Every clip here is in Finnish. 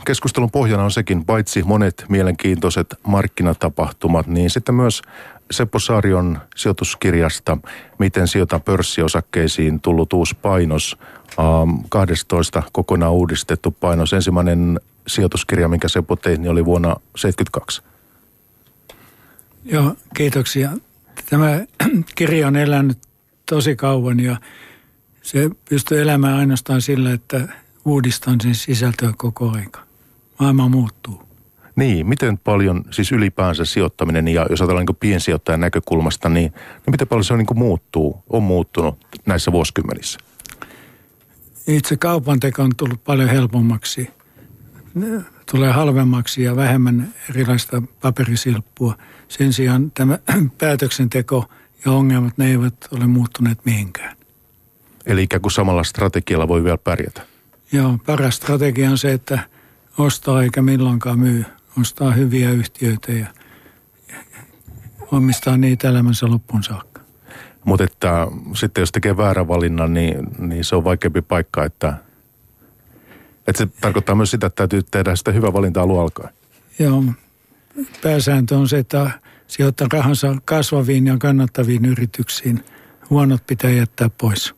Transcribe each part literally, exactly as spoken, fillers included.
keskustelun pohjana on sekin, paitsi monet mielenkiintoiset markkinatapahtumat, niin sitten myös Seppo Saarion sijoituskirjasta, miten sijoitan pörssiosakkeisiin, tullut uusi painos, kahdestoista kokonaan uudistettu painos. Ensimmäinen sijoituskirja, minkä Seppo teit, niin oli vuonna seitsemänkymmentäkaksi. Joo, kiitoksia. Tämä kirja on elänyt tosi kauan ja se pystyy elämään ainoastaan sillä, että uudistan sen sisältöä koko aika. Maailma muuttuu. Niin, miten paljon siis ylipäänsä sijoittaminen, ja jos ajatellaan niin piensijoittajan näkökulmasta, niin, niin miten paljon se on, niin kuin muuttuu, on muuttunut näissä vuosikymmenissä? Itse kaupanteko on tullut paljon helpommaksi. Tulee halvemmaksi ja vähemmän erilaista paperisilppua. Sen sijaan tämä päätöksenteko ja ongelmat, ne eivät ole muuttuneet mihinkään. Eli ikään kuin samalla strategialla voi vielä pärjätä? Joo, paras strategia on se, että ostaa eikä milloinkaan myy. Ostaa hyviä yhtiöitä ja omistaa niitä elämänsä loppuun saakka. Mutta että sitten jos tekee väärän valinnan, niin, niin se on vaikeampi paikka, että, että se tarkoittaa myös sitä, että täytyy tehdä sitä hyvää valintaa alun alkaen. Joo, pääsääntö on se, että sijoittaa rahansa kasvaviin ja kannattaviin yrityksiin. Huonot pitää jättää pois.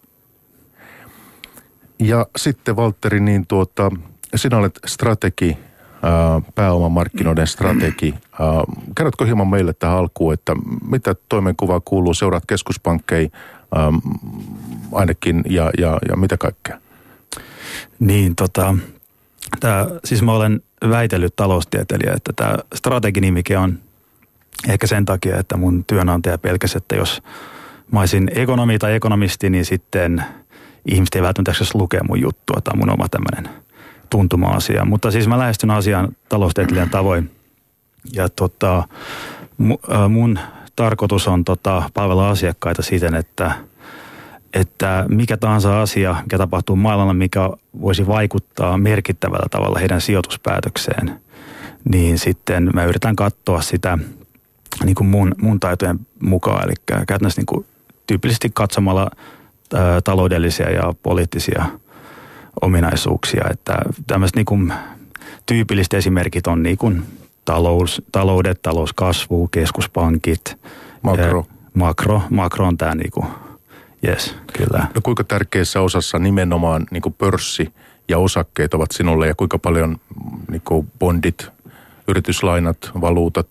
Ja sitten Valtteri, niin tuota, sinä olet strategi, ää, pääomamarkkinoiden strategi. Ää, kerrotko hieman meille tähän alkuun, että mitä toimenkuvaa kuuluu, seuraat keskuspankkeja ää, ainakin ja, ja, ja mitä kaikkea? Niin, tota, tää, siis mä olen väitellyt taloustieteilijä, että tämä strateginimike on ehkä sen takia, että mun työnantaja pelkäsi, että jos mä olisin ekonomi tai ekonomisti, niin sitten ihmiset ei välttämättä lukea mun juttua. Tämä on mun oma tämmöinen tuntuma-asia. Mutta siis mä lähestyn asiaan taloustieteilijän tavoin. Ja tota, mun tarkoitus on tota, palvella asiakkaita siten, että, että mikä tahansa asia, mikä tapahtuu maailmalla, mikä voisi vaikuttaa merkittävällä tavalla heidän sijoituspäätökseen, niin sitten mä yritän katsoa sitä niin kuin mun, mun taitojen mukaan. Eli käytännössä niin kuin tyypillisesti katsomalla ä, taloudellisia ja poliittisia ominaisuuksia. Että tämmöiset niin kuin tyypilliset esimerkit on niin kuin talous, taloudet, talouskasvu, keskuspankit. Makro. Ä, makro. Makro on tämä niin kuin, yes, kyllä. No kuinka tärkeässä osassa nimenomaan niin kuin pörssi ja osakkeet ovat sinulle ja kuinka paljon niin kuin bondit, yrityslainat, valuutat,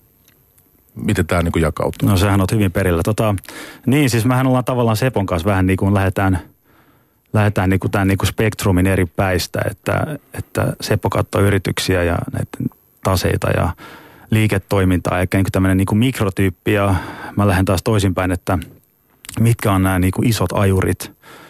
miten tämä niin kuin jakautuu? No sähän oot hyvin perillä. Tota, niin siis mehän ollaan tavallaan Sepon kanssa vähän niin kuin lähdetään, lähdetään niin kuin tämän niin kuin spektrumin eri päistä, että, että Seppo katsoo yrityksiä ja näiden taseita ja liiketoimintaa, eikä niin kuin tämmöinen niin kuin mikrotyyppi ja mä lähden taas toisinpäin, että mitkä on nämä niin kuin isot ajurit,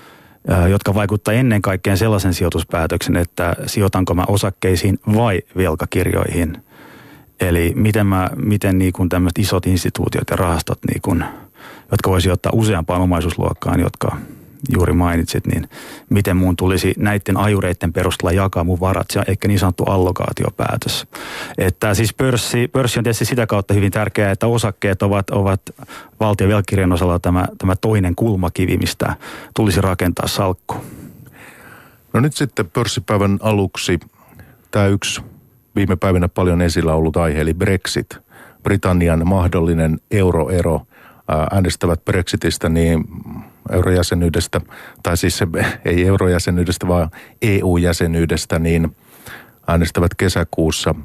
jotka vaikuttaa ennen kaikkea sellaisen sijoituspäätöksen, että sijoitanko mä osakkeisiin vai velkakirjoihin. Eli miten, mä, miten niin kuin tämmöiset isot instituutiot ja rahastot, niin kuin, jotka voisi ottaa useampaan omaisuusluokkaan, jotka juuri mainitsit, niin miten mun tulisi näiden ajureiden perusteella jakaa mun varat, ja ehkä niin sanottu allokaatiopäätös. Että siis pörssi, pörssi on tietysti sitä kautta hyvin tärkeää, että osakkeet ovat, ovat valtion velkakirjan osalla tämä, tämä toinen kulmakivi, mistä tulisi rakentaa salkku. No nyt sitten pörssipäivän aluksi tämä yksi viime päivinä paljon esillä ollut aihe, eli Brexit. Britannian mahdollinen euroero. Äänestävät Brexitistä, niin eurojäsenyydestä, tai siis ei eurojäsenyydestä, vaan E U-jäsenyydestä, niin äänestävät kesäkuussa.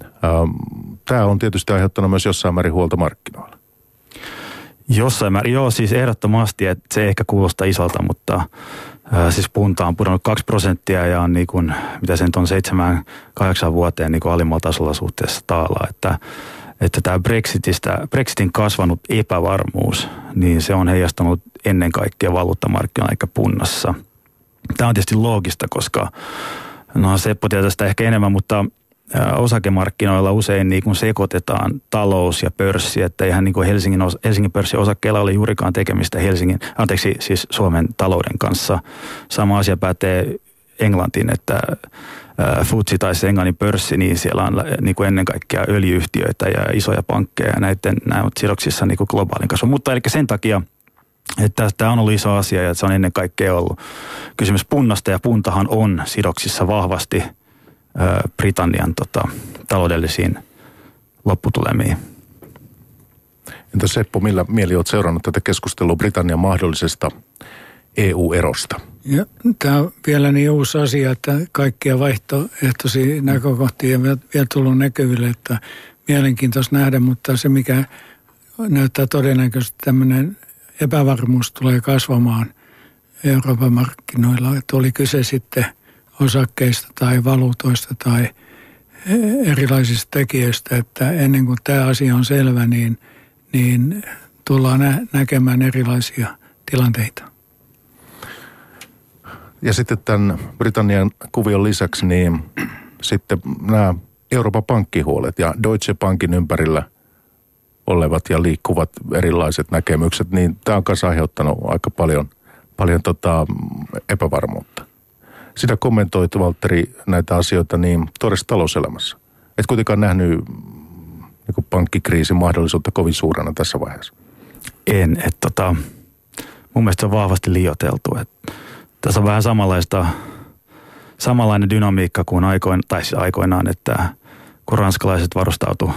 Tämä on tietysti aiheuttanut myös jossain määrin huolta markkinoilla. Jossain määrin, joo, siis ehdottomasti, että se ehkä kuulostaa isolta, mutta ää, siis punta on pudonnut kaksi prosenttia ja on niin kuin, mitä se nyt on seitsemän, kahdeksan vuoteen niin kuin alimmalla tasolla suhteessa taalaa, että että tämä Brexitistä, Brexitin kasvanut epävarmuus, niin se on heijastunut ennen kaikkea valuuttamarkkinoilla eikä punnassa. Tämä on tietysti loogista, koska no Seppo tietää sitä ehkä enemmän, mutta osakemarkkinoilla usein niin kuin sekoitetaan talous ja pörssi, että eihän niin kuin Helsingin, Helsingin pörssin osakkeilla ole juurikaan tekemistä Helsingin, anteeksi siis Suomen talouden kanssa. Sama asia pätee Englantiin, että F T S E tai se Englannin pörssi, niin siellä on niin kuin ennen kaikkea öljyyhtiöitä ja isoja pankkeja ja näiden, nämä ovat sidoksissa niin kuin globaalin kasvun. Mutta eli sen takia, että tämä on ollut iso asia ja se on ennen kaikkea ollut kysymys punnasta ja puntahan on sidoksissa vahvasti Britannian tota, taloudellisiin lopputulemiin. Entä Seppo, millä mieli olet seurannut tätä keskustelua Britannian mahdollisesta E U-erosta? Ja, tämä on vielä niin uusi asia, että kaikkia vaihtoehtoisia näkökohtia ei vielä tullut näkyville, että mielenkiintoista nähdä, mutta se mikä näyttää todennäköisesti tämmöinen epävarmuus tulee kasvamaan Euroopan markkinoilla, että oli kyse sitten osakkeista tai valuutoista tai erilaisista tekijöistä, että ennen kuin tämä asia on selvä, niin, niin tullaan nä- näkemään erilaisia tilanteita. Ja sitten tämän Britannian kuvion lisäksi, niin sitten nämä Euroopan pankkihuolet ja Deutsche Bankin ympärillä olevat ja liikkuvat erilaiset näkemykset, niin tämä on myös aiheuttanut aika paljon, paljon tota epävarmuutta. Sinä kommentoit, Valtteri, näitä asioita niin todessa talouselämässä. Et kuitenkaan nähnyt niin pankkikriisin mahdollisuutta kovin suurena tässä vaiheessa. En, että tota, mun mielestä se on vahvasti liioiteltu. Että tässä on vähän samanlaista, samanlainen dynamiikka kuin aikoin, tai siis aikoinaan, että kun ranskalaiset varustautu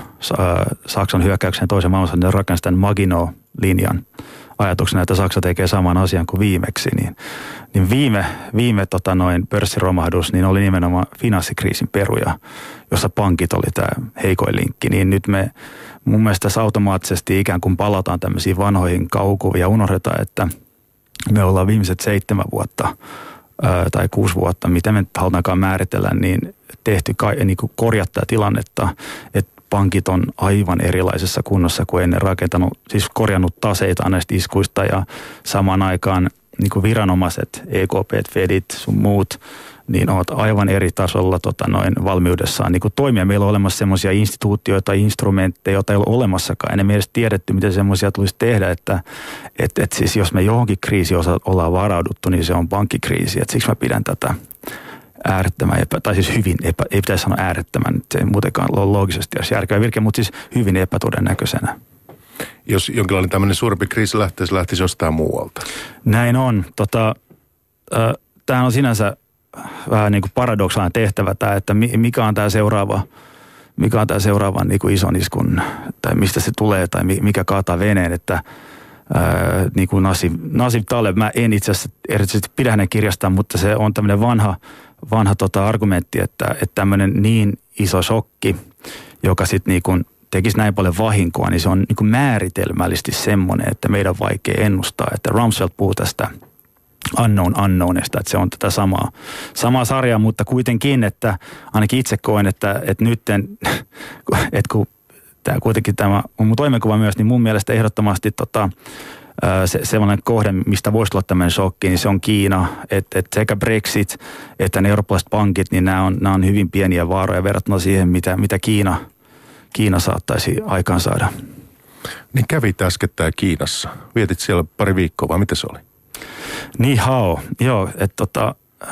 Saksan hyökkäykseen toisen maailmansodan, ne rakensivat tämän Maginot-linjan ajatuksena, että Saksa tekee saman asian kuin viimeksi, niin, niin viime, viime tota noin pörssiromahdus niin oli nimenomaan finanssikriisin peruja, jossa pankit oli tämä heikoin linkki, niin nyt me mun mielestä tässä automaattisesti ikään kuin palataan tämmöisiin vanhoihin kaukuviin ja unohdetaan, että me ollaan viimeiset seitsemän vuotta ää, tai kuusi vuotta, mitä me halutaankaan määritellä, niin tehty niin kuin korjattaa tilannetta, että pankit on aivan erilaisessa kunnossa kuin ennen rakentanut, siis korjannut taseita näistä iskuista ja samaan aikaan niin kuin viranomaiset, E K P, Fedit, sun muut, niin ovat aivan eri tasolla tota, noin valmiudessaan niin kuin toimia. Meillä on olemassa semmoisia instituutioita, instrumentteja, joita ei ole olemassakaan. En me edes tiedetty, miten semmoisia tulisi tehdä, että et, et siis jos me johonkin kriisiin ollaan varauduttu, niin se on pankkikriisi. Et siksi mä pidän tätä äärettömän, epä, tai siis hyvin, epä, ei pitäisi sanoa äärettömän, se ei muutenkaan loogisesti olisi järkevä virke, mutta siis hyvin epätodennäköisenä. Jos jonkinlainen tämmöinen suurempi kriisi lähtisi, lähtisi jostain muualta. Näin on. Tota, äh, tämä on sinänsä vähän niin kuin paradoksaalinen tehtävä tämä, että mikä on tämä seuraava, mikä on tämä seuraava niin kuin ison iskun, tai mistä se tulee, tai mikä kaataa veneen, että ää, niin kuin Nassim, Nassim Taleb, mä en itse asiassa erityisesti pidä hänen kirjastaan, mutta se on tämmöinen vanha, vanha tota argumentti, että, että tämmöinen niin iso shokki, joka sitten niin kuin tekisi näin paljon vahinkoa, niin se on niin kuin määritelmällisesti semmoinen, että meidän on vaikea ennustaa, että Rumsfeld puhuu tästä unknown unknownista, että se on tätä samaa, samaa sarjaa, mutta kuitenkin, että ainakin itse koen, että, että nytten, että kun tämä kuitenkin tämä on mun toimenkuva myös, niin mun mielestä ehdottomasti tota, se, sellainen kohde, mistä voisi tulla tämmöinen shokki, niin se on Kiina, että, että sekä Brexit että ne eurooppalaiset pankit, niin nämä on, nämä on hyvin pieniä vaaroja verrattuna siihen, mitä, mitä Kiina, Kiina saattaisi aikaan saada. Niin kävit äskettäin Kiinassa. Vietit siellä pari viikkoa, vai miten se oli? Ni hao, joo, että tota,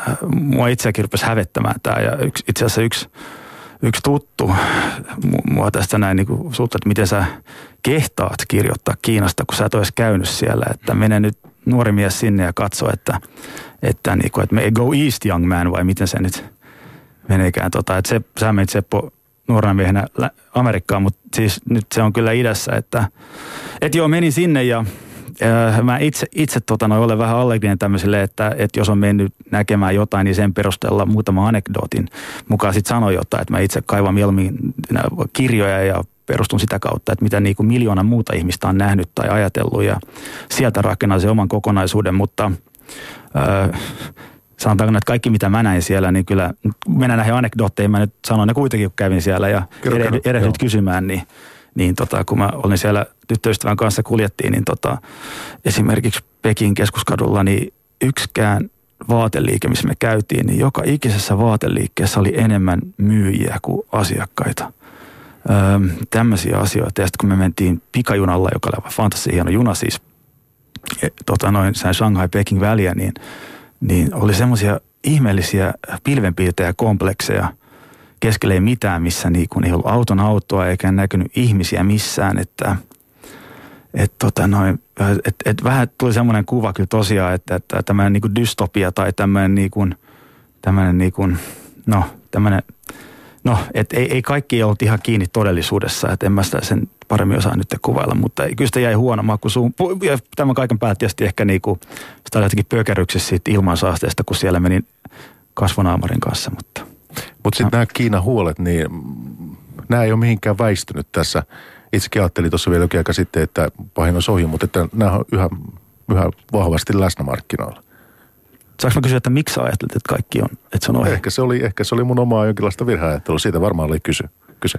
mua itseäkin rupesi hävettämään tämä ja yksi, itse asiassa yksi, yksi tuttu mua tästä näin niin kuin sulta, että miten sä kehtaat kirjoittaa Kiinasta, kun sä et ole edes käynyt siellä, että mene nyt nuori mies sinne ja katso, että, että, niin kuin, että me go east young man vai miten se nyt meneekään, tota, että se, sä menit Seppo nuorena miehenä Amerikkaan, mutta siis nyt se on kyllä idässä, että, että joo menin sinne ja mä itse, itse tota, no, olen vähän allerginen tämmöiselle, että, että jos on mennyt näkemään jotain, niin sen perusteella muutama anekdootin mukaan sitten sanoi jotain, että mä itse kaivan mieluummin kirjoja ja perustun sitä kautta, että mitä niin kuin miljoona muuta ihmistä on nähnyt tai ajatellut ja sieltä rakennan se oman kokonaisuuden, mutta äh, sanotaanko, että kaikki mitä mä näin siellä, niin kyllä mennään näihin anekdootteihin, mä nyt sanoin ne kuitenkin, kun kävin siellä ja edes kysymään, niin Niin tota, kun mä olin siellä tyttöystävän kanssa kuljettiin, niin tota, esimerkiksi Pekin keskuskadulla, niin yksikään vaateliike, missä me käytiin, niin joka ikisessä vaateliikkeessä oli enemmän myyjiä kuin asiakkaita. Öö, tämmöisiä asioita. Ja sitten kun me mentiin pikajunalla, joka oli fantastisen hieno juna siis, e, tota noin, Shanghai-Peking väliä, niin, niin oli semmoisia ihmeellisiä pilvenpiirtejä komplekseja, keskellä ei mitään, missä niinku ei ollut auton autoa eikä näkynyt ihmisiä missään, että et tota noin, et, et vähän tuli semmoinen kuva kyllä tosiaan, että, että tämmöinen niinku dystopia tai tämmöinen niinku, tämmöinen niinku, no tämmöinen, no, et ei, ei kaikki ollut ihan kiinni todellisuudessa, että en mä sitä sen paremmin osaa nyt kuvailla, mutta kyllä sitä jäi huono maku suun. Ja tämän kaiken päätti ehkä niinku, sitä oli jotenkin pökäryksessä siitä ilmansaasteesta, kun siellä meni kasvonaamarin kanssa, mutta... Mutta sitten nämä Kiinan huolet, niin nämä ei ole mihinkään väistynyt tässä. Itsekin ajattelin tuossa vielä jokin aika sitten, että pahin olisi ohi, mutta että nämä on yhä, yhä vahvasti läsnä markkinoilla. Saanko mä kysyä, että miksi sä ajattelit, että kaikki on, että se on ohi? Ehkä se oli, ehkä se oli mun omaa jonkinlaista virheajattelua. Siitä varmaan oli kysy, kyse.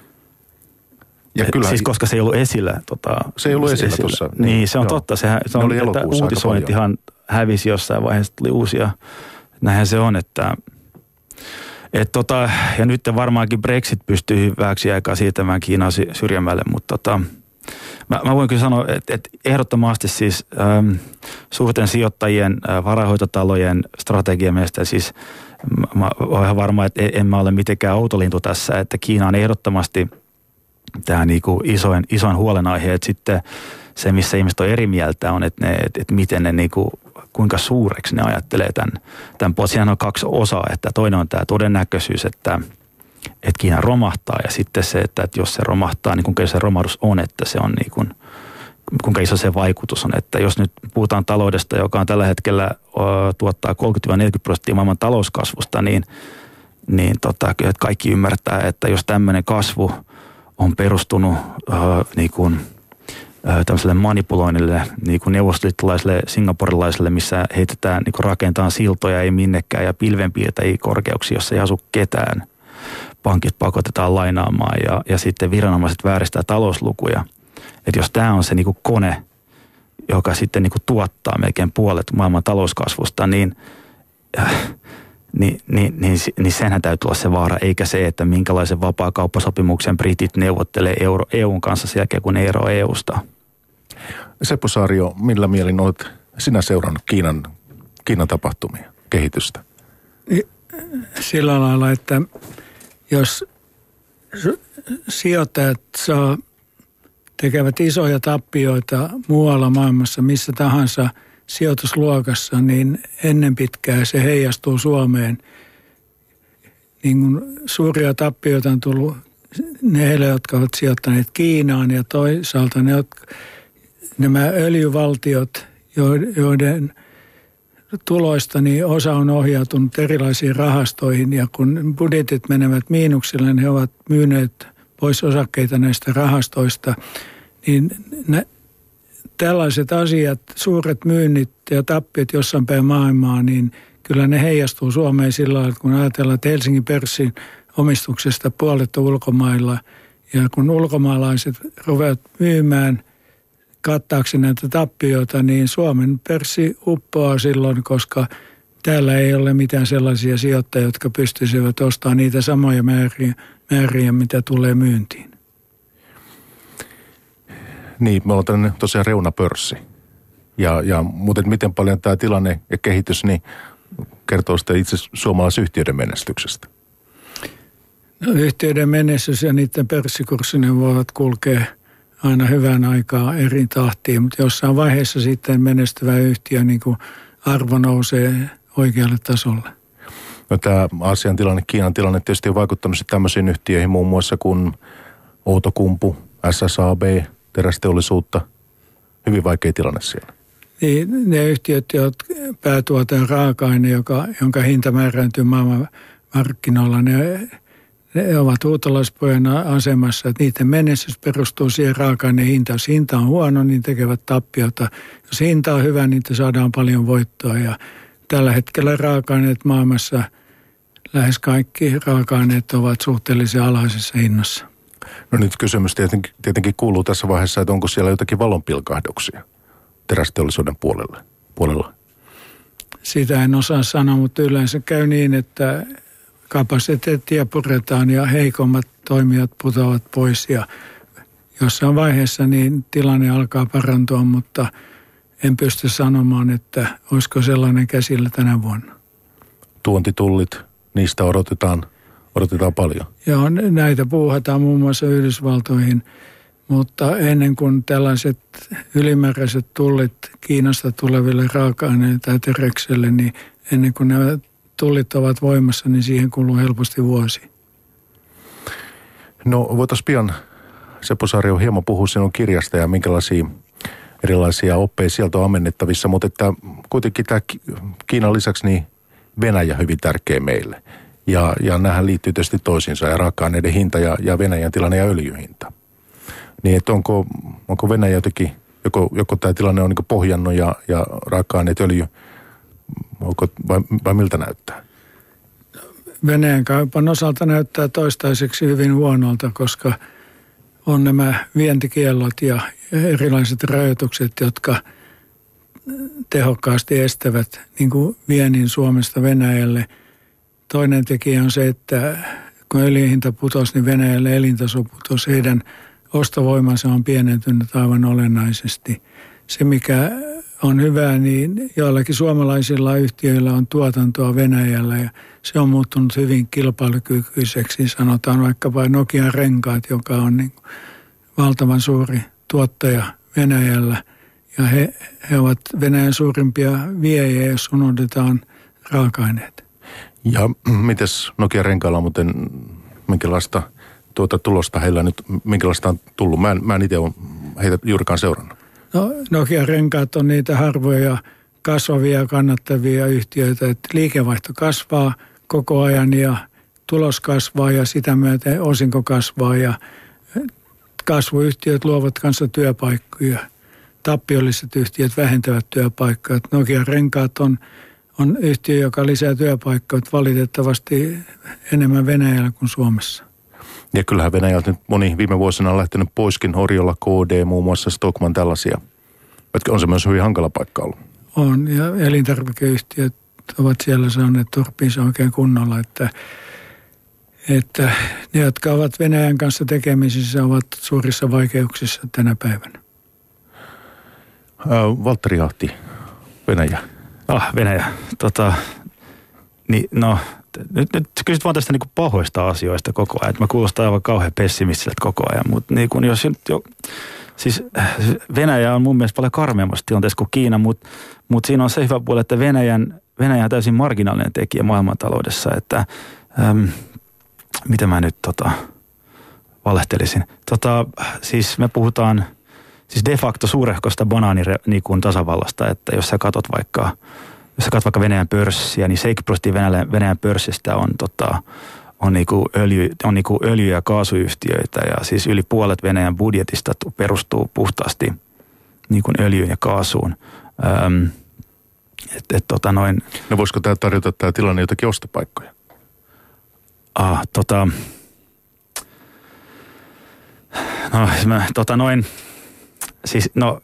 Ja kyllä, siis koska se ei ollut esillä. Tota, se ei ollut esillä, esillä. tuossa. Niin, niin se on joo. totta. Sehän, se on, että uutisoinnit ihan hävisi jossain vaiheessa, tuli uusia. Näinhän se on, että... Et tota, ja nyt varmaankin Brexit pystyy hyväksi aikaa siirtämään Kiinaa syrjemmälle, mutta tota, mä, mä voin kyllä sanoa, että et ehdottomasti siis ähm, suurten sijoittajien, äh, varainhoitotalojen strategia mielestä siis mä olen ihan varma, että en mä ole mitenkään outolintu tässä, että Kiina on ehdottomasti tämä niinku isoin, isoin huolenaihe, että sitten se, missä ihmiset on eri mieltä on, että, ne, että, että miten ne niinku kuinka suureksi ne ajattelee tämän, tämän siinä on kaksi osaa, että toinen on tämä todennäköisyys, että, että Kiina romahtaa ja sitten se, että, että jos se romahtaa, niin kuinka se romahdus on, että se on niin kuin, kuinka iso se vaikutus on, että jos nyt puhutaan taloudesta, joka on tällä hetkellä o, tuottaa kolmekymmentä neljäkymmentä prosenttia maailman talouskasvusta, niin, niin tota, kyllä kaikki ymmärtää, että jos tämmöinen kasvu on perustunut o, niin kuin tämmöiselle manipuloinnille, niin kuin neuvostoliittolaisille, singaporilaisille, missä heitetään, niin kuin rakentaa siltoja ei minnekään ja pilvenpiirtäjiä korkeuksia, jossa ei asu ketään. Pankit pakotetaan lainaamaan ja, ja sitten viranomaiset vääristää talouslukuja. Että jos tämä on se niin kuin kone, joka sitten niin kuin tuottaa melkein puolet maailman talouskasvusta, niin, äh, niin, niin, niin, niin senhän täytyy olla se vaara, eikä se, että minkälaisen vapaakauppasopimuksen britit neuvottelee euro, E U:n kanssa sen jälkeen, kun ne eroaa E U:sta. Seppo Saario, millä mielin olet sinä seurannut Kiinan, Kiinan tapahtumia, kehitystä? Sillä lailla, että jos sijoittajat saa, tekevät isoja tappioita muualla maailmassa, missä tahansa sijoitusluokassa, niin ennen pitkää se heijastuu Suomeen. Niin kuin suuria tappioita on tullut ne heille, jotka ovat sijoittaneet Kiinaan ja toisaalta ne, jotka, nämä öljyvaltiot, joiden tuloista niin osa on ohjautunut erilaisiin rahastoihin ja kun budjetit menevät miinuksille, niin he ovat myyneet pois osakkeita näistä rahastoista, niin ne, tällaiset asiat, suuret myynnit ja tappiot jossain päin maailmaa, niin kyllä ne heijastuu Suomeen sillä lailla, että kun ajatellaan, että Helsingin pörssin omistuksesta puolet on ulkomailla ja kun ulkomaalaiset ruvevat myymään kattaakseen näitä tappioita, niin Suomen pörssi uppoaa silloin, koska täällä ei ole mitään sellaisia sijoittajia, jotka pystyisivät ostamaan niitä samoja määriä, määriä mitä tulee myyntiin. Niin, me ollaan tämmöinen tosiaan reunapörssi. Ja, ja, mutta miten paljon tämä tilanne ja kehitys niin kertoo sitä itse suomalaisyhtiöiden menestyksestä? No, yhtiöiden menestys ja niiden pörssikurssinen voivat kulkea aina hyvän aikaa eri tahtiin, mutta jossain vaiheessa sitten menestyvä yhtiö niin kuin arvo nousee oikealle tasolle. No, tämä Aasian tilanne, Kiinan tilanne tietysti on vaikuttanut tämmöisiin yhtiöihin muun muassa kuin Outokumpu, S S A B, terästeollisuutta. Hyvin vaikea tilanne siellä. Niin, ne yhtiöt, jotka päätuote raaka-aine, joka, jonka hinta määrääntyy maailman markkinoilla, ne, ne ovat huutolaispojan asemassa, että niiden menestys perustuu siihen raaka-aineen hintaan. Jos hinta on huono, niin tekevät tappiota. Jos hinta on hyvä, niin saadaan paljon voittoa. Ja tällä hetkellä raaka-aineet maailmassa, lähes kaikki raaka-aineet ovat suhteellisen alhaisessa hinnassa. No nyt kysymys tietenkin, tietenkin kuuluu tässä vaiheessa, että onko siellä jotakin valonpilkahduksia terästeollisuuden puolella? puolella? Sitä en osaa sanoa, mutta yleensä käy niin, että kapasiteettia puretaan ja heikommat toimijat putoavat pois. Ja jossain vaiheessa niin tilanne alkaa parantua, mutta en pysty sanomaan, että olisiko sellainen käsillä tänä vuonna. Tuontitullit, niistä odotetaan, odotetaan paljon. Joo, näitä puuhataan muun muassa Yhdysvaltoihin, mutta ennen kuin tällaiset ylimääräiset tullit Kiinasta tuleville raaka-aineille tai terekselle, niin ennen kuin nämä tullit ovat voimassa, niin siihen kuluu helposti vuosi. No voitaisiin pian, Seppo Saario, hieman puhua sinun kirjasta ja minkälaisia erilaisia oppeja sieltä on ammennettavissa, mutta että kuitenkin tämä Kiinan lisäksi niin Venäjä hyvin tärkeä meille. Ja, ja nämähän liittyy tietysti toisiinsa ja raaka-aineiden hinta ja, ja Venäjän tilanne ja öljyhinta. Niin että onko, onko Venäjä jotenkin, joko, joko tämä tilanne on niin kuin pohjannut ja, ja raaka-aineet, öljy, onko, vai, vai miltä näyttää? Venäjän kaupan osalta näyttää toistaiseksi hyvin huonolta, koska on nämä vientikiellot ja erilaiset rajoitukset, jotka tehokkaasti estävät niin kuin viennin Suomesta Venäjälle. Toinen tekijä on se, että kun öljyn hinta putosi, niin Venäjälle elintaso putosi. Heidän ostovoimansa on pienentynyt aivan olennaisesti. Se, mikä on hyvä, niin joillakin suomalaisilla yhtiöillä on tuotantoa Venäjällä ja se on muuttunut hyvin kilpailukykyiseksi. Sanotaan vaikkapa Nokian renkaat, joka on niin kuin valtavan suuri tuottaja Venäjällä. Ja he, he ovat Venäjän suurimpia viejä, jos unohdetaan raaka-aineet. Ja mites Nokian renkailla muuten, minkälaista tuota tulosta heillä nyt, minkälaista on tullut? Mä en, mä en itse ole heitä juurikaan seurannut. No, Nokian renkaat on niitä harvoja kasvavia kannattavia yhtiöitä, että liikevaihto kasvaa koko ajan ja tulos kasvaa ja sitä myöten osinko kasvaa ja kasvuyhtiöt luovat kanssa työpaikkoja. Tappiolliset yhtiöt vähentävät työpaikkoja. Nokian renkaat on, on yhtiö, joka lisää työpaikkoja valitettavasti enemmän Venäjällä kuin Suomessa. Ja kyllähän Venäjältä nyt moni viime vuosina on lähtenyt poiskin, Oriola, K D, muun muassa Stockmann, tällaisia. On se myös hyvin hankala paikka ollut. On, ja elintarvikeyhtiöt ovat siellä saaneet turpiinsa oikein kunnolla, että, että ne, jotka ovat Venäjän kanssa tekemisissä, ovat suurissa vaikeuksissa tänä päivänä. Äh, Valtteri Ahti, Venäjä. Ah, Venäjä. Tota, niin, no, nyt, nyt kysyt vaan tästä niinku pahoista asioista koko ajan. Mä kuulostan aivan kauhean pessimistiseltä koko ajan, mutta niin jos nyt jo... Siis Venäjä on mun mielestä paljon karmeammassa tilanteessa kuin Kiina, mutta, mutta siinä on se hyvä puoli, että Venäjän, Venäjä on täysin marginaalinen tekijä maailmantaloudessa, että äm, mitä mä nyt tota, valehtelisin. Tota, siis me puhutaan siis de facto suurehkosta banaaninikun tasavallasta, että jos sä katot vaikka, jos sä katot vaikka Venäjän pörssiä, niin seitsemänkymmentä prosenttia Venäjän, Venäjän pörssistä on tota, on niinku öljy, on niinku öljy- ja kaasuyhtiöitä ja siis yli puolet Venäjän budjetista perustuu puhtaasti niinku öljyyn ja kaasuun. Öm, et, et, tota noin. No voisiko tämä tarjota tämä tilanne jotakin ostopaikkoja? Ah, tota, no, mä, tota noin, siis no,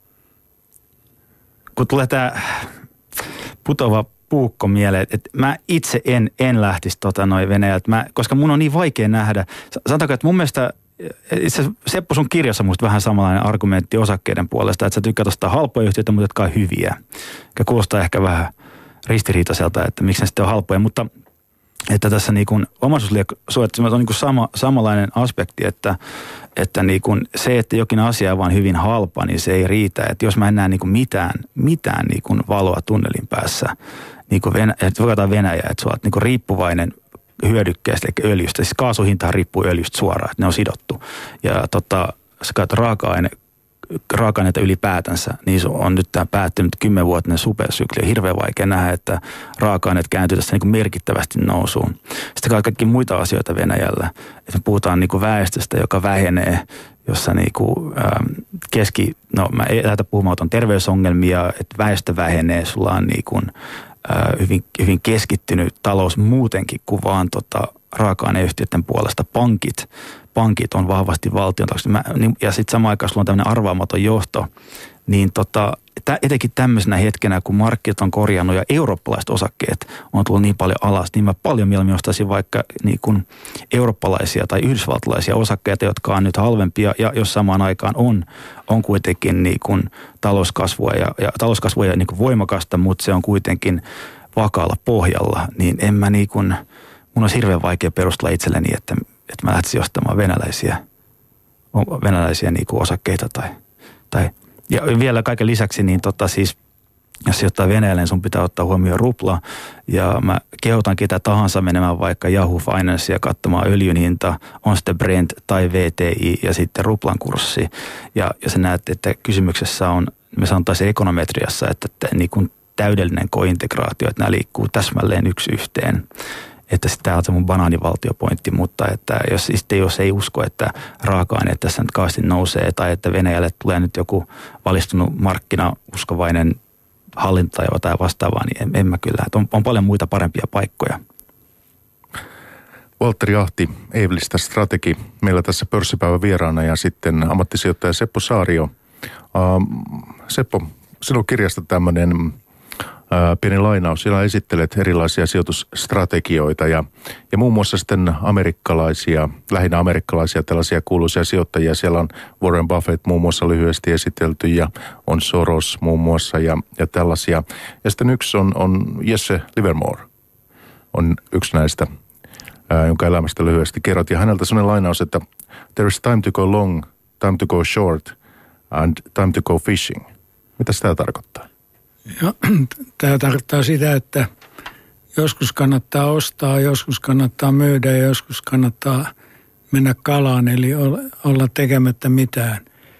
kun tulee tämä putoava puukko mieleen, että mä itse en, en lähtisi tota noin Venäjältä, mä, koska mun on niin vaikea nähdä. Sanotaanko, että mun mielestä, itse Seppo sun kirjassa musta vähän samanlainen argumentti osakkeiden puolesta, että sä tykkäät ostaa halpoja yhtiöitä, mutta jotka on hyviä. Joka kuulostaa ehkä vähän ristiriitaiselta, että miksi ne sitten on halpoja, mutta että tässä niin kuin omaisuussuojassa on niin kuin sama, samanlainen aspekti, että, että niin kuin se, että jokin asia on vaan hyvin halpa, niin se ei riitä. Että jos mä en näe niin kuin mitään, mitään niin kuin valoa tunnelin päässä, niin kuin Venä, että katsotaan Venäjää, että sä oot niin kuin riippuvainen hyödykkeestä, eli öljystä. Siis kaasuhintahan riippuu öljystä suoraan, että ne on sidottu. Ja tota, sä katsot raaka-aine, raaka-aineita ylipäätänsä, niin se on nyt tämä päättynyt kymmenvuotinen supersykli. On hirveän vaikea nähdä, että raaka-aineet kääntyy tässä niin kuin merkittävästi nousuun. Sitten kaikki muita asioita Venäjällä. Että me puhutaan niin kuin väestöstä, joka vähenee, jossa niin kuin, ähm, keski, no mä ei lähdetä puhumaan, että on terveysongelmia, että väestö vähenee, sulla on niin kuin, äh, hyvin, hyvin keskittynyt talous muutenkin kuin vaan tota, raaka-aineyhtiöiden puolesta. Pankit, pankit on vahvasti valtion ja sitten samaan aikaan sulla on tämmöinen arvaamaton johto, niin tota, etenkin tämmöisenä hetkenä, kun markkinat on korjannut ja eurooppalaiset osakkeet on tullut niin paljon alas, niin mä paljon mieluummin ostaisin vaikka niin kuin eurooppalaisia tai yhdysvaltalaisia osakkeita, jotka on nyt halvempia ja jos samaan aikaan on, on kuitenkin niin kuin talouskasvua ja, ja talouskasvua ja niin kuin voimakasta, mutta se on kuitenkin vakaalla pohjalla, niin en mä niin kuin, mun on hirveän vaikea perustella itselleni, että, että mä lähtisin ostamaan venäläisiä, venäläisiä niin kuin osakkeita tai, tai ja vielä kaiken lisäksi, niin tota siis jos sijoittaa Venäjälle, niin sun pitää ottaa huomioon rupla. Ja mä kehotan ketä tahansa menemään vaikka Yahoo Financea katsomaan öljyn hinta, on sitten Brent tai V T I ja sitten ruplan kurssi. Ja, ja sä näet, että kysymyksessä on, me sanotaan ekonometriassa, että, että niin kuin täydellinen kointegraatio, että nämä liikkuu täsmälleen yksi yhteen. Että tämä on se mun banaanivaltiopointti, mutta että jos, jos ei usko, että raaka-aineet tässä nyt kaasti nousee tai että Venäjälle tulee nyt joku valistunut markkinauskovainen hallinta tai vastaavaa, niin en, en mä kyllä. On, on paljon muita parempia paikkoja. Valtteri Ahti, Eevilistä strategi, meillä tässä pörssipäivän vieraana ja sitten ammattisijoittaja Seppo Saario. Uh, Seppo, sinun kirjasta tämmöinen uh, pieni lainaus. Siellä esittelet erilaisia sijoitusstrategioita ja, ja muun muassa sitten amerikkalaisia, lähinnä amerikkalaisia tällaisia kuuluisia sijoittajia. Siellä on Warren Buffett muun muassa lyhyesti esitelty ja on Soros muun muassa ja, ja tällaisia. Ja sitten yksi on, on Jesse Livermore, on yksi näistä, jonka elämästä lyhyesti kerrot. Ja häneltä sellainen lainaus, että there is time to go long, time to go short and time to go fishing. Mitä tämä tarkoittaa? Ja, tämä tarkoittaa sitä, että joskus kannattaa ostaa, joskus kannattaa myydä ja joskus kannattaa mennä kalaan, eli olla tekemättä mitään.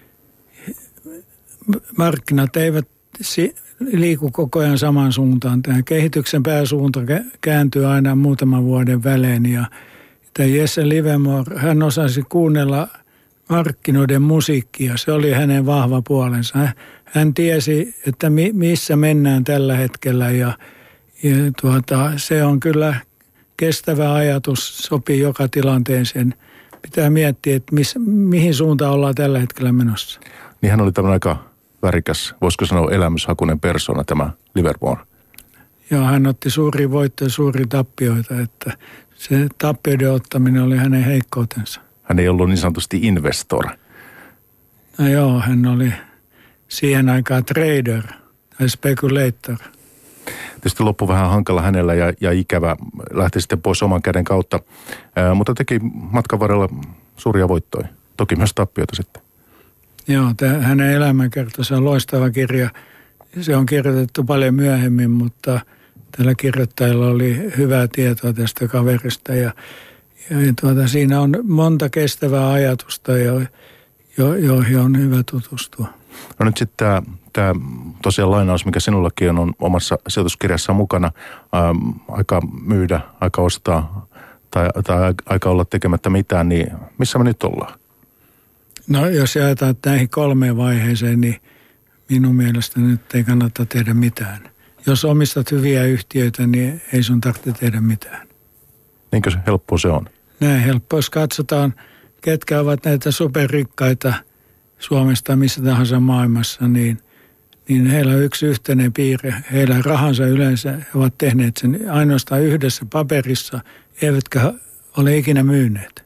Markkinat eivät liiku koko ajan samaan suuntaan. Tämä kehityksen pääsuunta kääntyy aina muutaman vuoden välein. Ja tämä Jesse Livermore, hän osasi kuunnella markkinoiden musiikkia. Se oli hänen vahva puolensa. Hän tiesi, että missä mennään tällä hetkellä ja, ja tuota, se on kyllä kestävä ajatus, sopii joka tilanteeseen. Pitää miettiä, että miss, mihin suuntaan ollaan tällä hetkellä menossa. Niin hän oli tämmöinen aika värikäs, voisiko sanoa elämyshakuinen persona tämä Livermore. Joo, hän otti suuri voittoja, suuri tappioita, että se tappioiden ottaminen oli hänen heikkoutensa. Hän ei ollut niin sanotusti investor. No joo, hän oli siihen aikaan trader tai speculator. Tietysti loppu vähän hankala hänellä ja, ja ikävä, lähti sitten pois oman käden kautta, Ää, mutta teki matkan varrella suuria voittoja, toki myös tappioita sitten. Joo, tämä, hänen elämänkertonsa on loistava kirja. Se on kirjoitettu paljon myöhemmin, mutta tällä kirjoittajalla oli hyvää tietoa tästä kaverista. Ja, ja tuota, siinä on monta kestävää ajatusta, jo, jo, joihin on hyvä tutustua. No nyt sitten tämä, tämä tosiaan lainaus, mikä sinullakin on, on omassa sijoituskirjassa mukana. Ää, aika myydä, aika ostaa tai, tai aika olla tekemättä mitään, niin missä me nyt ollaan? No jos jaetaan näihin kolmeen vaiheeseen, niin minun mielestäni nyt ei kannata tehdä mitään. Jos omistat hyviä yhtiöitä, niin ei sun tarvitse tehdä mitään. Niinkö se helppoa se on? Näin helppoa. Jos katsotaan, ketkä ovat näitä superrikkaita Suomesta missä tahansa maailmassa, niin, niin heillä on yksi yhteinen piirre. Heillä rahansa yleensä ovat tehneet sen ainoastaan yhdessä paperissa, eivätkä ole ikinä myyneet.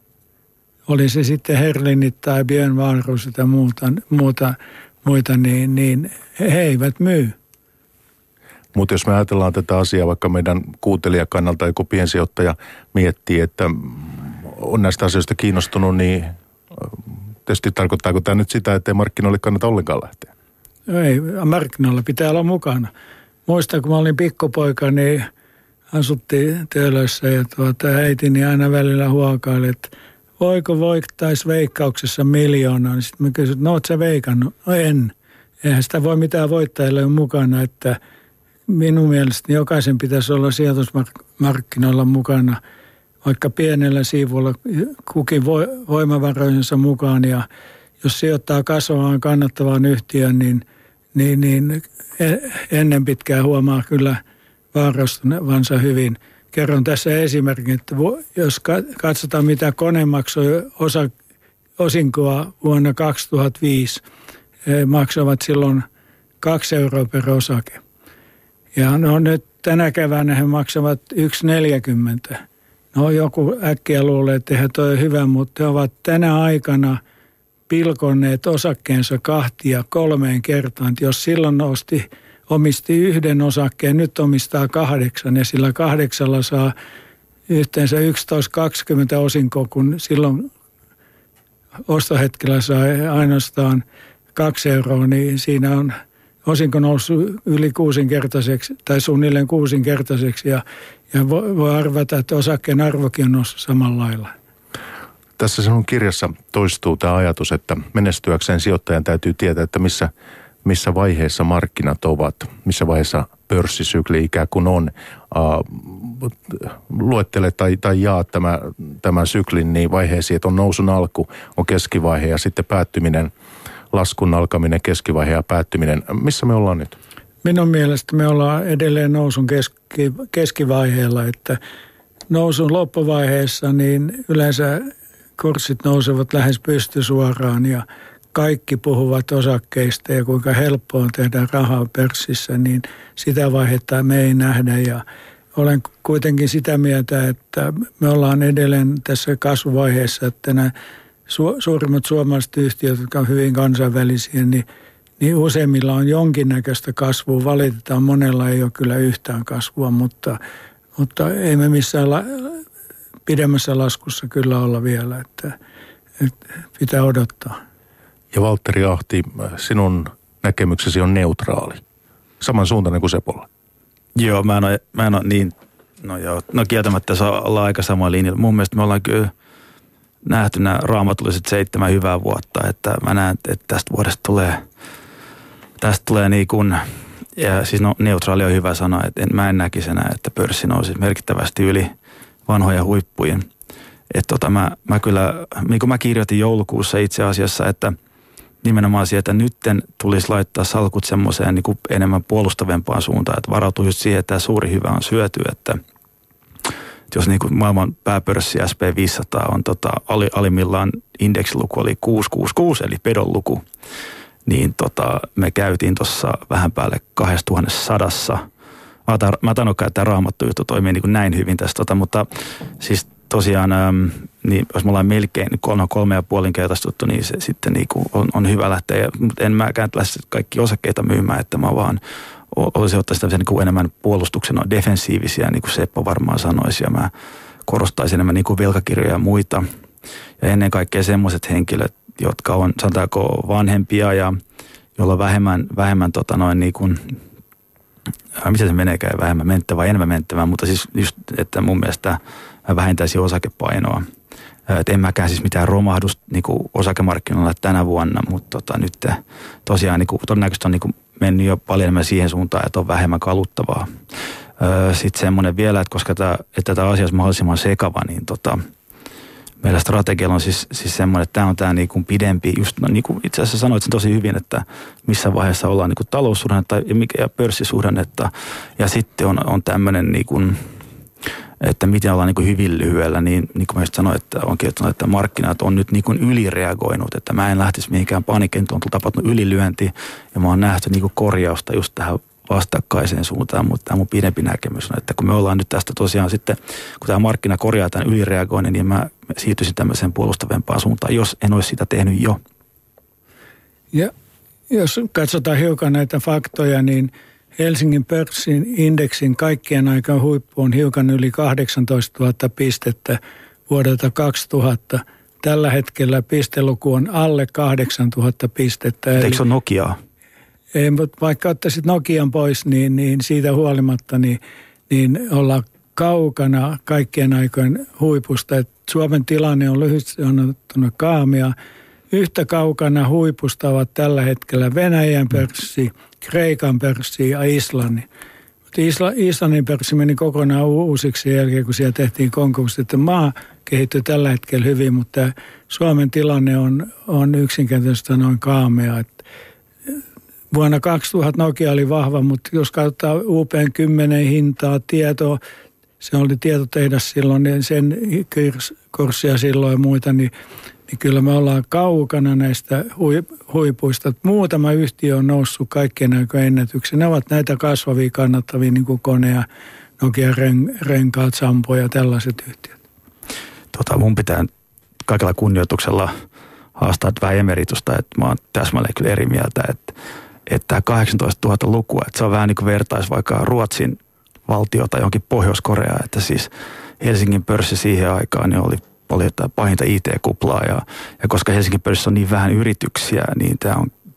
Oli se sitten Herlinit tai Björn Wahlroos tai muuta, muuta, muita, niin, niin he eivät myy. Mutta jos me ajatellaan tätä asiaa, vaikka meidän kuuntelijakannalta joku piensijoittaja miettii, että on näistä asioista kiinnostunut, niin tietysti tarkoittaako tämä nyt sitä, että ei markkinoille kannata ollenkaan lähteä? Ei, markkinoilla pitää olla mukana. Muistan, kun mä olin pikkupoika, niin asuttiin Töölössä ja tuota, äitini aina välillä huokaili, että voiko voittaisi veikkauksessa miljoonaa. Niin sitten mä kysyin, että no oot sä veikannut? No en. Eihän sitä voi mitään voittajille mukana, että minun mielestäni jokaisen pitäisi olla sijoitusmarkkinoilla mukana, vaikka pienellä siivulla kukin voimavarojensa mukaan. Ja jos sijoittaa kasvavaan kannattavaan yhtiön, niin, niin, niin ennen pitkään huomaa kyllä vaarastuvansa hyvin. Kerron tässä esimerkin, että jos katsotaan mitä kone maksoi osa, osinkoa vuonna kaksituhattaviisi, he maksavat silloin kaksi euroa per osake. Ja no nyt tänä keväänä he maksavat yksi pilkku neljäkymmentä. No joku äkkiä luulee, että eihän toi hyvä, mutta he ovat tänä aikana pilkonneet osakkeensa kahtia kolmeen kertaan. Jos silloin osti, omisti yhden osakkeen, nyt omistaa kahdeksan ja sillä kahdeksalla saa yhteensä yksitoista kaksikymmentä osinkoa, kun silloin ostohetkellä sai ainoastaan kaksi euroa, niin siinä on osinko noussut yli kuusinkertaiseksi tai suunnilleen kuusinkertaiseksi ja, ja voi, voi arvata, että osakkeen arvokin on noussut samalla lailla. Tässä sinun kirjassa toistuu tämä ajatus, että menestyäkseen sijoittajan täytyy tietää, että missä, missä vaiheessa markkinat ovat, missä vaiheessa pörssisykli ikään kuin on. Uh, luettele tai, tai jaa tämä, tämän syklin niin vaiheisiin, että on nousun alku, on keskivaihe ja sitten päättyminen, laskun alkaminen, keskivaihe ja päättyminen. Missä me ollaan nyt? Minun mielestä me ollaan edelleen nousun keski, keskivaiheella, että nousun loppuvaiheessa niin yleensä kurssit nousevat lähes pystysuoraan ja kaikki puhuvat osakkeista ja kuinka helppoa tehdä rahaa pörssissä, niin sitä vaihetta me ei nähdä. Ja olen kuitenkin sitä mieltä, että me ollaan edelleen tässä kasvuvaiheessa, että nämä su- suurimmat suomalaiset yhtiöt, jotka on hyvin kansainvälisiä, niin, niin useimmilla on jonkinnäköistä kasvua. Valitetaan, monella ei ole kyllä yhtään kasvua, mutta, mutta ei me missään la- pidemmässä laskussa kyllä olla vielä, että, että pitää odottaa. Ja Valtteri Ahti, sinun näkemyksesi on neutraali. Samansuuntainen kuin Sepolla. Joo, mä en ole, mä en ole niin, no joo, no kieltämättä se ollaan aika samalla linjalla. Mun mielestä me ollaan kyllä nähty nämä raamatulliset seitsemän hyvää vuotta, että mä näen, että tästä vuodesta tulee, tästä tulee niin kuin, ja siis no, neutraali on hyvä sana, että en, mä en näkisi enää, että pörssi nousi merkittävästi yli vanhoja huippujen. Että tota mä, mä kyllä, niin kuin mä kirjoitin joulukuussa itse asiassa, että nimenomaan siihen, että nytten tulisi laittaa salkut semmoiseen niin kuin enemmän puolustavempaan suuntaan, että varautuu just siihen, että tämä suuri hyvä on syöty, että, että jos niin kuin maailman pääpörssi S and P viisisataa on tota, alimmillaan indeksiluku oli kuusi kuusi kuusi, eli pedon luku, niin tota, me käytiin tuossa vähän päälle kaksituhattasata. Mä, tar- mä tainnutkaan, että tämä raamattu juttu toimii niin kuin näin hyvin tässä, tota, mutta siis tosiaan, äm, niin jos me ollaan melkein kolme, kolme ja puolinkertaistuttu, niin se sitten niin kuin on, on hyvä lähteä. Mutta en mäkään lähtisi kaikki osakkeita myymään, että mä vaan olisin ottaa sitä niin kuin enemmän puolustuksena defensiivisiä, niin kuin Seppo varmaan sanoisi. Ja mä korostaisin enemmän niin kuin velkakirjoja ja muita. Ja ennen kaikkea semmoiset henkilöt, jotka on, sanotaanko, vanhempia ja joilla on vähemmän, vähemmän tota noin niin kuin, mitä se meneekään, vähemmän menttävää, enemmän menttävää, mutta siis just, että mun mielestä mä vähentäisin osakepainoa. Et en mäkään siis mitään romahdusta niin osakemarkkinoilla tänä vuonna, mutta tota, nyt tosiaan niin kuin, todennäköisesti on niin kuin mennyt jo paljon enemmän siihen suuntaan, että on vähemmän kaluttavaa. Sitten semmoinen vielä, että koska tämä, että tämä asia on mahdollisimman sekava, niin tota, meillä strategialla on siis, siis semmoinen, että tämä on tämä niin kuin pidempi, just no, niin kuin itse asiassa sanoit sen tosi hyvin, että missä vaiheessa ollaan niin kuin taloussuhdannetta ja, ja pörssisuhdannetta. Ja sitten on, on tämmöinen, niin kuin, että miten ollaan niin kuin hyvin lyhyellä, niin, niin kuin mä just sanoin, että on kirjoittanut, että markkinat on nyt niin kuin ylireagoinut, että mä en lähtisi mihinkään panikin, on tapahtunut ylilyönti ja mä oon nähty niin kuin korjausta just tähän vastakkaiseen suuntaan, mutta tämä mun pidempi näkemys on, että kun me ollaan nyt tästä tosiaan sitten, kun tämä markkina korjaa tämän ylireagoinnin, niin mä siirtyisin tämmöiseen puolustavempaan suuntaan, jos en olisi sitä tehnyt jo. Ja jos katsotaan hiukan näitä faktoja, niin Helsingin pörssin indeksin kaikkien aikaan huippu on hiukan yli kahdeksantoistatuhatta pistettä vuodelta kaksituhatta. Tällä hetkellä pisteluku on alle kahdeksantuhatta pistettä. Eikö se ole Nokiaa? Ei, mutta vaikka ottaisit Nokian pois, niin, niin siitä huolimatta niin, niin ollaan kaukana kaikkien aikojen huipusta. Et Suomen tilanne on lyhyesti sanottuna kaamea. Yhtä kaukana huipusta ovat tällä hetkellä Venäjän pörssi, Kreikan pörssi ja Islannin. Mutta Isla, Islannin pörssi meni kokonaan uusiksi jälkeen, kun siellä tehtiin konkurssi. Että maa kehittyy tällä hetkellä hyvin, mutta Suomen tilanne on, on yksinkertaisesti noin kaamea. Et vuonna kaksituhatta Nokia oli vahva, mutta jos katsotaan U P kymmenen hintaa, tietoa, se oli tietotehdas silloin, niin sen kurssia silloin ja muita, niin, niin kyllä me ollaan kaukana näistä huipuista. Muutama yhtiö on noussut kaikkien aikojen ennätyksiä. Ne ovat näitä kasvavia, kannattavia, niin kuin Konea, Nokia, Renkaat, Sampo ja tällaiset yhtiöt. Tota, mun pitää kaikella kunnioituksella haastaa vähän emeritusta, että mä oon täsmälleen kyllä eri mieltä, että että kahdeksantoistatuhatta lukua, että se on vähän niin kuin vertais vaikka Ruotsin valtiota johonkin Pohjois-Koreaan, että siis Helsingin pörssi siihen aikaan niin oli paljon pahinta I T-kuplaa ja, ja koska Helsingin pörssissä on niin vähän yrityksiä, niin tämä on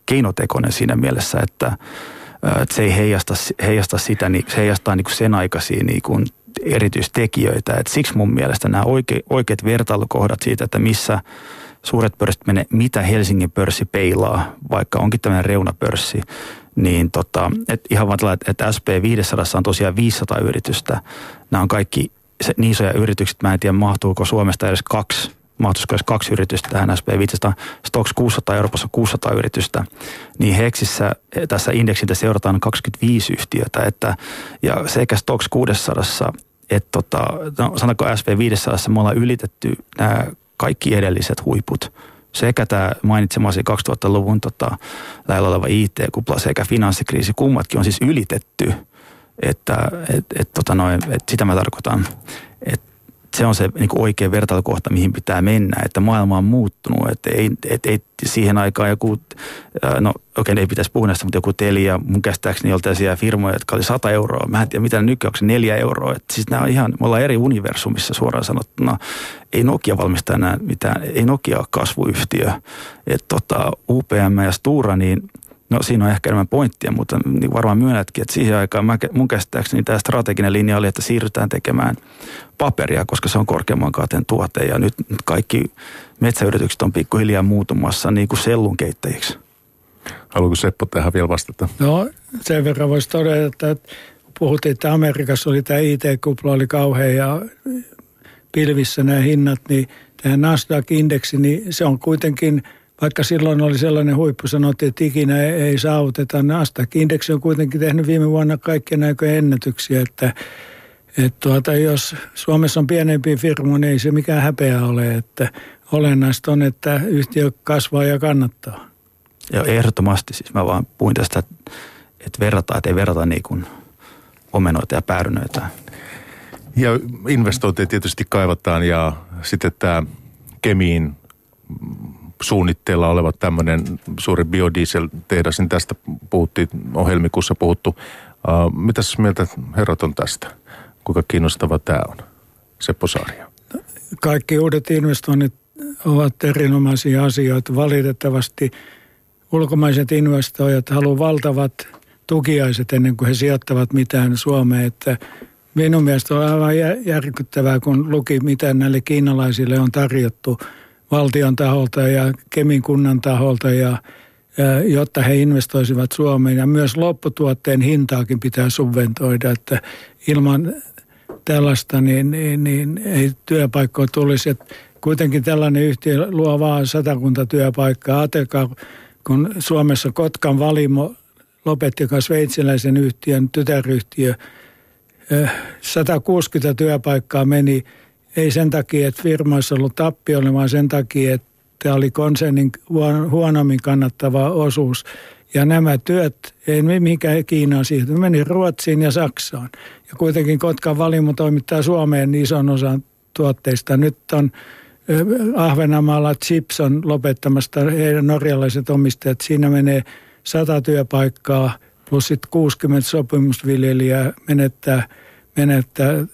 keinotekoinen siinä mielessä, että, että se ei heijasta, heijasta sitä, se heijastaa niin kuin sen aikaisia niin kuin erityistekijöitä. Et siksi mun mielestä nämä oike, oikeat vertailukohdat siitä, että missä suuret pörssit menee, mitä Helsingin pörssi peilaa, vaikka onkin tämmöinen reunapörssi, niin tota, et ihan vaan tällä, että S and P viisisataa on tosiaan viisisataa yritystä. Nämä on kaikki se, niin isoja yritykset, mä en tiedä mahtuuko Suomesta edes kaksi, mahtuisiko edes kaksi yritystä tähän S and P viisisataa. Stoxx kuusisataa, Euroopassa on kuusisataa yritystä. Niin Hexissä tässä indeksiltä seurataan kaksikymmentäviisi yhtiötä, että, ja sekä Stoxx kuusisataa, että tota, no, sanotaanko S and P viisisataa, me ollaan ylitetty nämä kaikki edelliset huiput. Sekä tämä mainitsemasi kaksituhattaluvun tota, lähellä oleva I T-kupla sekä finanssikriisi, kummatkin on siis ylitetty. Että et, et, tota noin, et sitä mä tarkoitan, että se on se niin kuin oikea vertailukohta, mihin pitää mennä, että maailma on muuttunut, että ei, et, ei siihen aikaan joku, no okei, ei pitäisi puhua näistä, mutta joku Telia, mun käsittääkseni oli tällaisia firmoja, jotka oli sata euroa, mä en tiedä mitä nykyään, onko se neljä euroa, että siis nämä on ihan, me ollaan eri universumissa suoraan sanottuna, ei Nokia valmista enää mitään, ei Nokia ole kasvuyhtiö, että tota, U P M ja Stora, niin no siinä on ehkä enemmän pointtia, mutta niin varmaan myönnätkin, että siihen aikaan mä, mun käsittääkseni tämä strateginen linja oli, että siirrytään tekemään paperia, koska se on korkeamman kaateen tuote ja nyt, nyt kaikki metsäyritykset on pikkuhiljaa muutumassa niin kuin sellunkeittäjiksi. Haluatko Seppo tähän vielä vastata? No sen verran voisi todeta, että puhuttiin, että Amerikassa oli tämä I T-kupla oli kauhean ja pilvissä nämä hinnat, niin tämä Nasdaq-indeksi, niin se on kuitenkin, vaikka silloin oli sellainen huippu, sanottiin, että ikinä ei, ei saavuteta. Nasdaq-indeksi on kuitenkin tehnyt viime vuonna kaikkien näköjä ennätyksiä, että, että tuota, jos Suomessa on pienempiä firmoja, niin ei se mikään häpeä ole, että olennaista on, että yhtiö kasvaa ja kannattaa. Joo, ehdottomasti. Siis mä vaan puhuin tästä, että verrataan, että ei verrata niin kuin omenoita ja päärynöitä. Ja investointeja tietysti kaivataan ja sitten tämä Kemiin suunnitteilla oleva tämmöinen suuri biodiesel-tehdas, niin tästä puhuttiin, on helmikuussa puhuttu. Uh, mitäs mieltä herrat on tästä? Kuinka kiinnostava tämä on? Seppo Saario. Kaikki uudet investoinnit ovat erinomaisia asioita. Valitettavasti ulkomaiset investoijat haluavat valtavat tukiaiset ennen kuin he sijoittavat mitään Suomeen. Että minun mielestä on aivan järkyttävää, kun luki, mitä näille kiinalaisille on tarjottu valtion taholta ja Kemin kunnan taholta, ja, ja, jotta he investoisivat Suomeen. Ja myös lopputuotteen hintaakin pitää subventoida, että ilman tällaista niin, niin, niin ei työpaikkoja tulisi. Et kuitenkin tällainen yhtiö luo vaan satakunta työpaikkaa. Ajatelkaa, kun Suomessa Kotkan Valimo lopetti, joka sveitsiläisen yhtiön tytäryhtiö, sata kuusikymmentä työpaikkaa meni. Ei sen takia, että firmoissa ollut tappiolla, vaan sen takia, että tämä oli konsernin huonommin kannattava osuus. Ja nämä työt, ei mikään Kiinaan siirtynyt, meni Ruotsiin ja Saksaan. Ja kuitenkin Kotkan Valimo toimittaa Suomeen ison osan tuotteista. Nyt on Ahvenanmaalla Chips on lopettamasta heidän norjalaiset omistajat. Siinä menee sata työpaikkaa plus sitten kuusikymmentä sopimusviljelijää menettää, menettää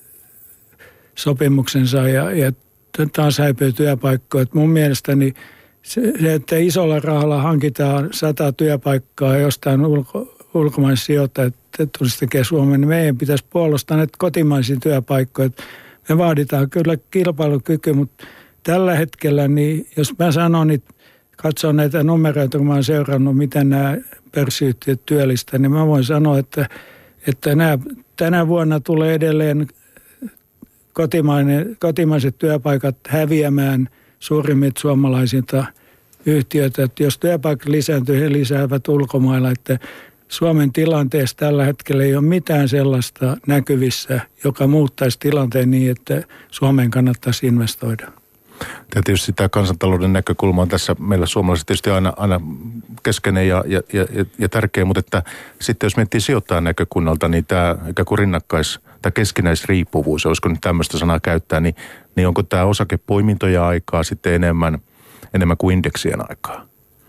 sopimuksensa ja, ja taas häipyy työpaikkoja. Et mun mielestäni se, että isolla rahalla hankitaan sata työpaikkaa jostain ulko, ulkomaisista sijoittajista, että tulisi tekemään Suomeen, niin meidän pitäisi puolustaa näitä kotimaisia työpaikkoja. Me vaaditaan kyllä kilpailukyky, mutta tällä hetkellä, niin jos mä sanon, niin katson näitä numeroita, kun mä oon seurannut, miten nämä pörssiyhtiöt työllistää, niin mä voin sanoa, että, että nämä, tänä vuonna tulee edelleen kotimainen, kotimaiset työpaikat häviämään suurimmilta suomalaisilta yhtiöitä. Että jos työpaikat lisääntyy, he lisäävät ulkomailla, että Suomen tilanteessa tällä hetkellä ei ole mitään sellaista näkyvissä, joka muuttaisi tilanteen niin, että Suomeen kannattaisi investoida. Ja tietysti tämä kansantalouden näkökulma on tässä meillä suomalaiset tietysti aina, aina keskeinen ja, ja, ja, ja tärkeä, mutta että sitten jos miettii sijoittajan näkökunnalta, niin tämä ikään kuin rinnakkais- tai keskinäisriippuvuus, olisiko nyt tämmöistä sanaa käyttää, niin, niin onko tämä osakepoimintoja aikaa sitten enemmän, enemmän kuin indeksien aikaa?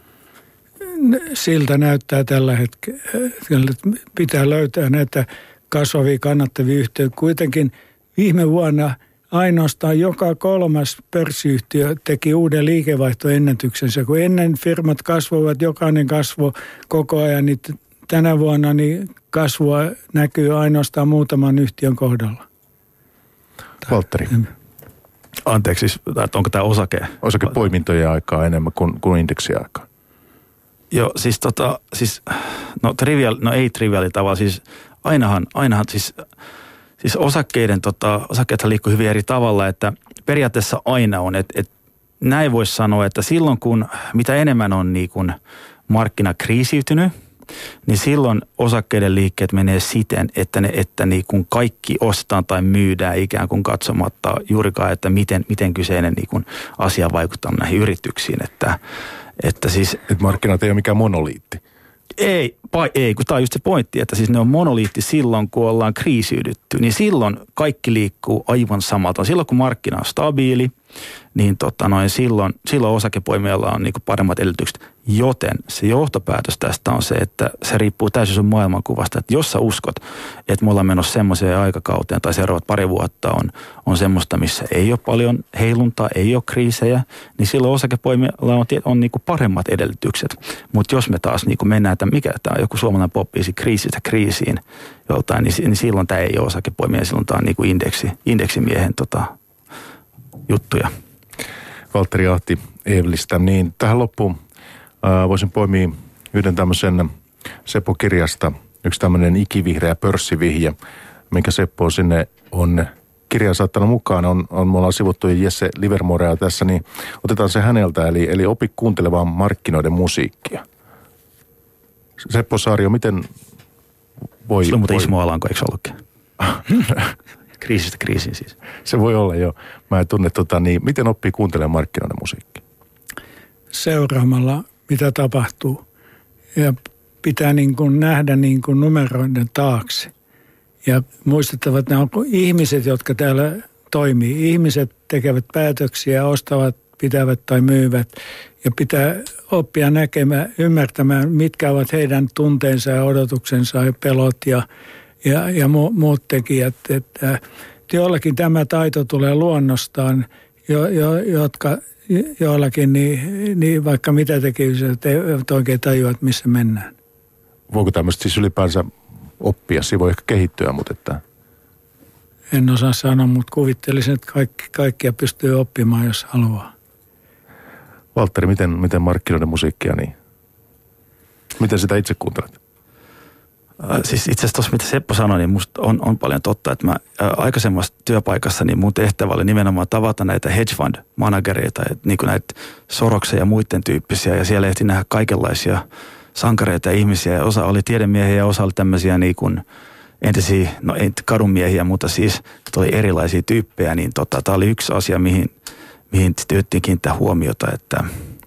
Siltä näyttää tällä hetkellä, että pitää löytää näitä kasvavia kannattavia yhteyksiä. Kuitenkin viime vuonna ainoastaan joka kolmas pörssiyhtiö teki uuden liikevaihtoennätyksensä. Kun ennen firmat kasvoivat, jokainen kasvo koko ajan, niin tänä vuonna niin kasvua näkyy ainoastaan muutaman yhtiön kohdalla. Valtteri. Anteeksi, siis, onko tämä osake? Osakepoimintojen aikaa enemmän kuin, kuin indeksiaikaa. Joo, siis tota, siis, no trivial, no ei triviaali tavalla, siis ainahan, ainahan siis, siis osakkeiden, tota, osakkeethan liikkuu hyvin eri tavalla, että periaatteessa aina on, että, että näin voisi sanoa, että silloin kun, mitä enemmän on niin kuin markkina kriisiytynyt, niin silloin osakkeiden liikkeet menee siten, että, ne, että niin kuin kaikki ostetaan tai myydään ikään kuin katsomatta juurikaan, että miten, miten kyseinen niin kuin asia vaikuttaa näihin yrityksiin. Että, että siis, Et markkinat ei ole mikään monoliitti. Ei, pa, ei, kun tämä on just se pointti, että siis ne on monoliitti silloin, kun ollaan kriisiydytty, niin silloin kaikki liikkuu aivan samalta. Silloin, kun markkina on stabiili, niin tota noin, silloin, silloin osakepoimijalla on niinku paremmat edellytykset. Joten se johtopäätös tästä on se, että se riippuu täysin sun maailmankuvasta. Että jos sä uskot, että me ollaan menossa semmoiseen aikakauteen tai seuraavat pari vuotta on, on semmoista, missä ei ole paljon heiluntaa, ei ole kriisejä, niin silloin osakepoimijalla on, on niinku paremmat edellytykset. Mutta jos me taas niinku mennään, että mikä tämä on joku suomalainen poppiisi kriisistä kriisiin joltain, niin, niin silloin tämä ei ole osakepoimija, silloin tämä on niinku indeksi, indeksimiehen tota, juttuja. Valtteri Ahti Eevelistä, niin tähän loppuun ää, voisin poimia yhden tämmöisen Seppo-kirjasta, yksi tämmöinen ikivihreä pörssivihje, minkä Seppo sinne on kirjan saattanut mukaan, on, on me ollaan sivuttu Jesse Livermorea tässä, niin otetaan se häneltä, eli, eli opi kuuntelemaan markkinoiden musiikkia. Seppo Saario, miten voi... Se on muuten voi... Ismo Alanko, eikö ollutkin? Kriisistä kriisiin siis. Se voi olla jo. Mä en tunne tota, niin miten oppii kuuntelemaan markkinoiden musiikkia? Seuraamalla, mitä tapahtuu. Ja pitää niin kuin nähdä niin kuin numeroiden taakse. Ja muistettava, että nämä on ihmiset, jotka täällä toimii. Ihmiset tekevät päätöksiä, ostavat, pitävät tai myyvät. Ja pitää oppia näkemään, ymmärtämään, mitkä ovat heidän tunteensa ja odotuksensa ja pelot ja Ja, ja mu, muut tekijät, että jollakin tämä taito tulee luonnostaan, jo, jo, jotka joillakin, niin, niin vaikka mitä tekevät, eivät oikein tajua, että missä mennään. Voiko tämmöistä siis ylipäänsä oppia? Siinä voi ehkä kehittyä, mutta että... En osaa sanoa, mutta kuvittelisin, että kaikki, kaikkia pystyy oppimaan, jos haluaa. Valtteri, miten, miten markkinoiden musiikkia, niin miten sitä itse kuuntelet? Siis itse asiassa tuossa, mitä Seppo sanoi, niin musta on, on paljon totta, että mä ää, aikaisemmassa työpaikassa, niin mun tehtävä oli nimenomaan tavata näitä hedge fund managereita, niin kuin näitä Soroksen ja muiden tyyppisiä, ja siellä ehti nähdä kaikenlaisia sankareita ja ihmisiä, ja osa oli tiedemiehiä ja osa oli tämmöisiä niin kuin entisiä, no ei kadunmiehiä, mutta siis oli erilaisia tyyppejä, niin tota, tämä oli yksi asia, mihin, mihin työttiin kiinnittää huomiota, että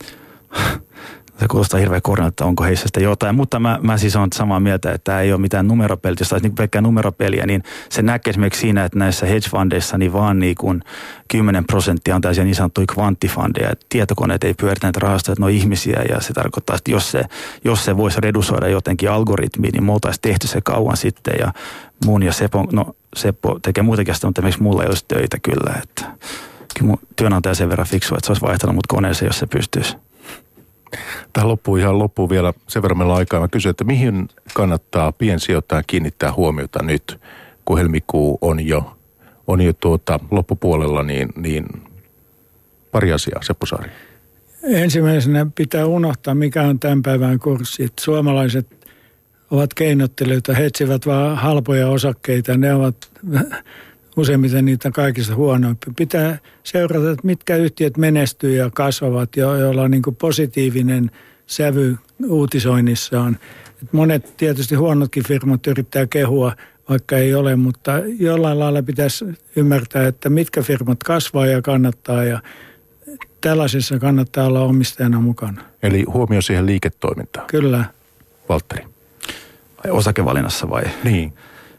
se kuulostaa hirveän kornelta, että onko heissä sitä jotain, mutta mä, mä siis olen samaa mieltä, että tämä ei ole mitään numeropeliä. Jos olisi niin pelkkää numeropeliä, niin se näkee esimerkiksi siinä, että näissä hedge fundeissa niin vaan niin kuin kymmenen prosenttia on tällaisia niin sanottuja kvanttifundeja. Tietokoneet ei pyöritä näitä rahastoja, että ne on ihmisiä, ja se tarkoittaa, että jos se, jos se voisi redusoida jotenkin algoritmiin, niin me oltaisiin tehty se kauan sitten, ja mun ja Seppo, no Seppo tekee muutakin sitä, mutta esimerkiksi mulla ei olisi töitä kyllä, että kyllä mun työnantaja sen verran fiksu, että se olisi vaihtanut mut koneeseen, jos se pystyisi. Tähän loppuun ihan loppuun vielä sen verran meillä on aikaa. Mä kysyn, että mihin kannattaa piensijoittajan kiinnittää huomiota nyt, kun helmikuu on jo, on jo tuota loppupuolella, niin, niin pari asiaa, Seppo Saari. Ensimmäisenä pitää unohtaa, mikä on tämän päivän kurssi. Että suomalaiset ovat keinottelijoita, he etsivät vaan halpoja osakkeita, ne ovat useimmiten niitä kaikista huonoimpia. Pitää seurata, että mitkä yhtiöt menestyy ja kasvavat, joilla on niin kuin positiivinen sävy uutisoinnissaan. Et monet tietysti huonotkin firmat yrittää kehua, vaikka ei ole, mutta jollain lailla pitäisi ymmärtää, että mitkä firmat kasvaa ja kannattaa, ja tällaisessa kannattaa olla omistajana mukana. Eli huomio siihen liiketoimintaan. Kyllä. Valtteri. Vai osakevalinnassa vai? Niin.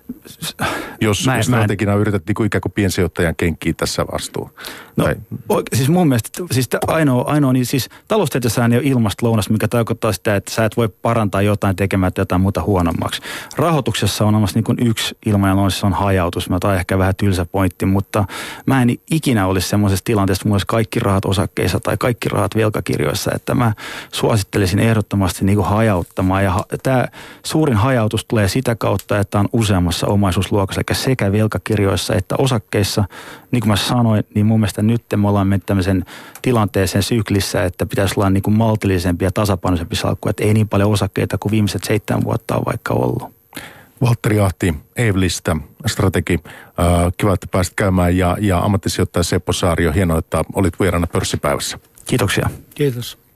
Jos mä en, strategina en... yrität niin ikään kuin piensijoittajan kenkkiä tässä vastuun. No oike, siis mun mielestä siis ainoa, ainoa niin siis taloustieteessähän ei ole ilmasta lounasta, mikä tarkoittaa sitä, että sä et voi parantaa jotain tekemättä jotain muuta huonommaksi. Rahoituksessa on olemassa niin kuin yksi ilmainen lounassa, se on hajautus. Mä tai ehkä vähän tylsä pointti, mutta mä en ikinä olisi semmoisessa tilanteessa, että mulla olisi kaikki rahat osakkeissa tai kaikki rahat velkakirjoissa, että mä suosittelisin ehdottomasti niin kuin hajauttamaan. Ja ha, tämä suurin hajautus tulee sitä kautta, että on useammassa omaisuusluokassa, eli sekä velkakirjoissa että osakkeissa. Niin kuin mä sanoin, niin mun mielestä nyt me ollaan mennyt tämmöisen tilanteeseen syklissä, että pitäisi olla niin kuin maltillisempi ja tasapainoisempi salkku, että ei niin paljon osakkeita kuin viimeiset seitsemän vuotta on vaikka ollut. Valtteri Ahti Evlistä, strategi. Äh, kiva, että pääsit käymään ja, ja ammattisijoittaja Seppo Saario. Hienoa, että olit vieraana pörssipäivässä. Kiitoksia. Kiitos.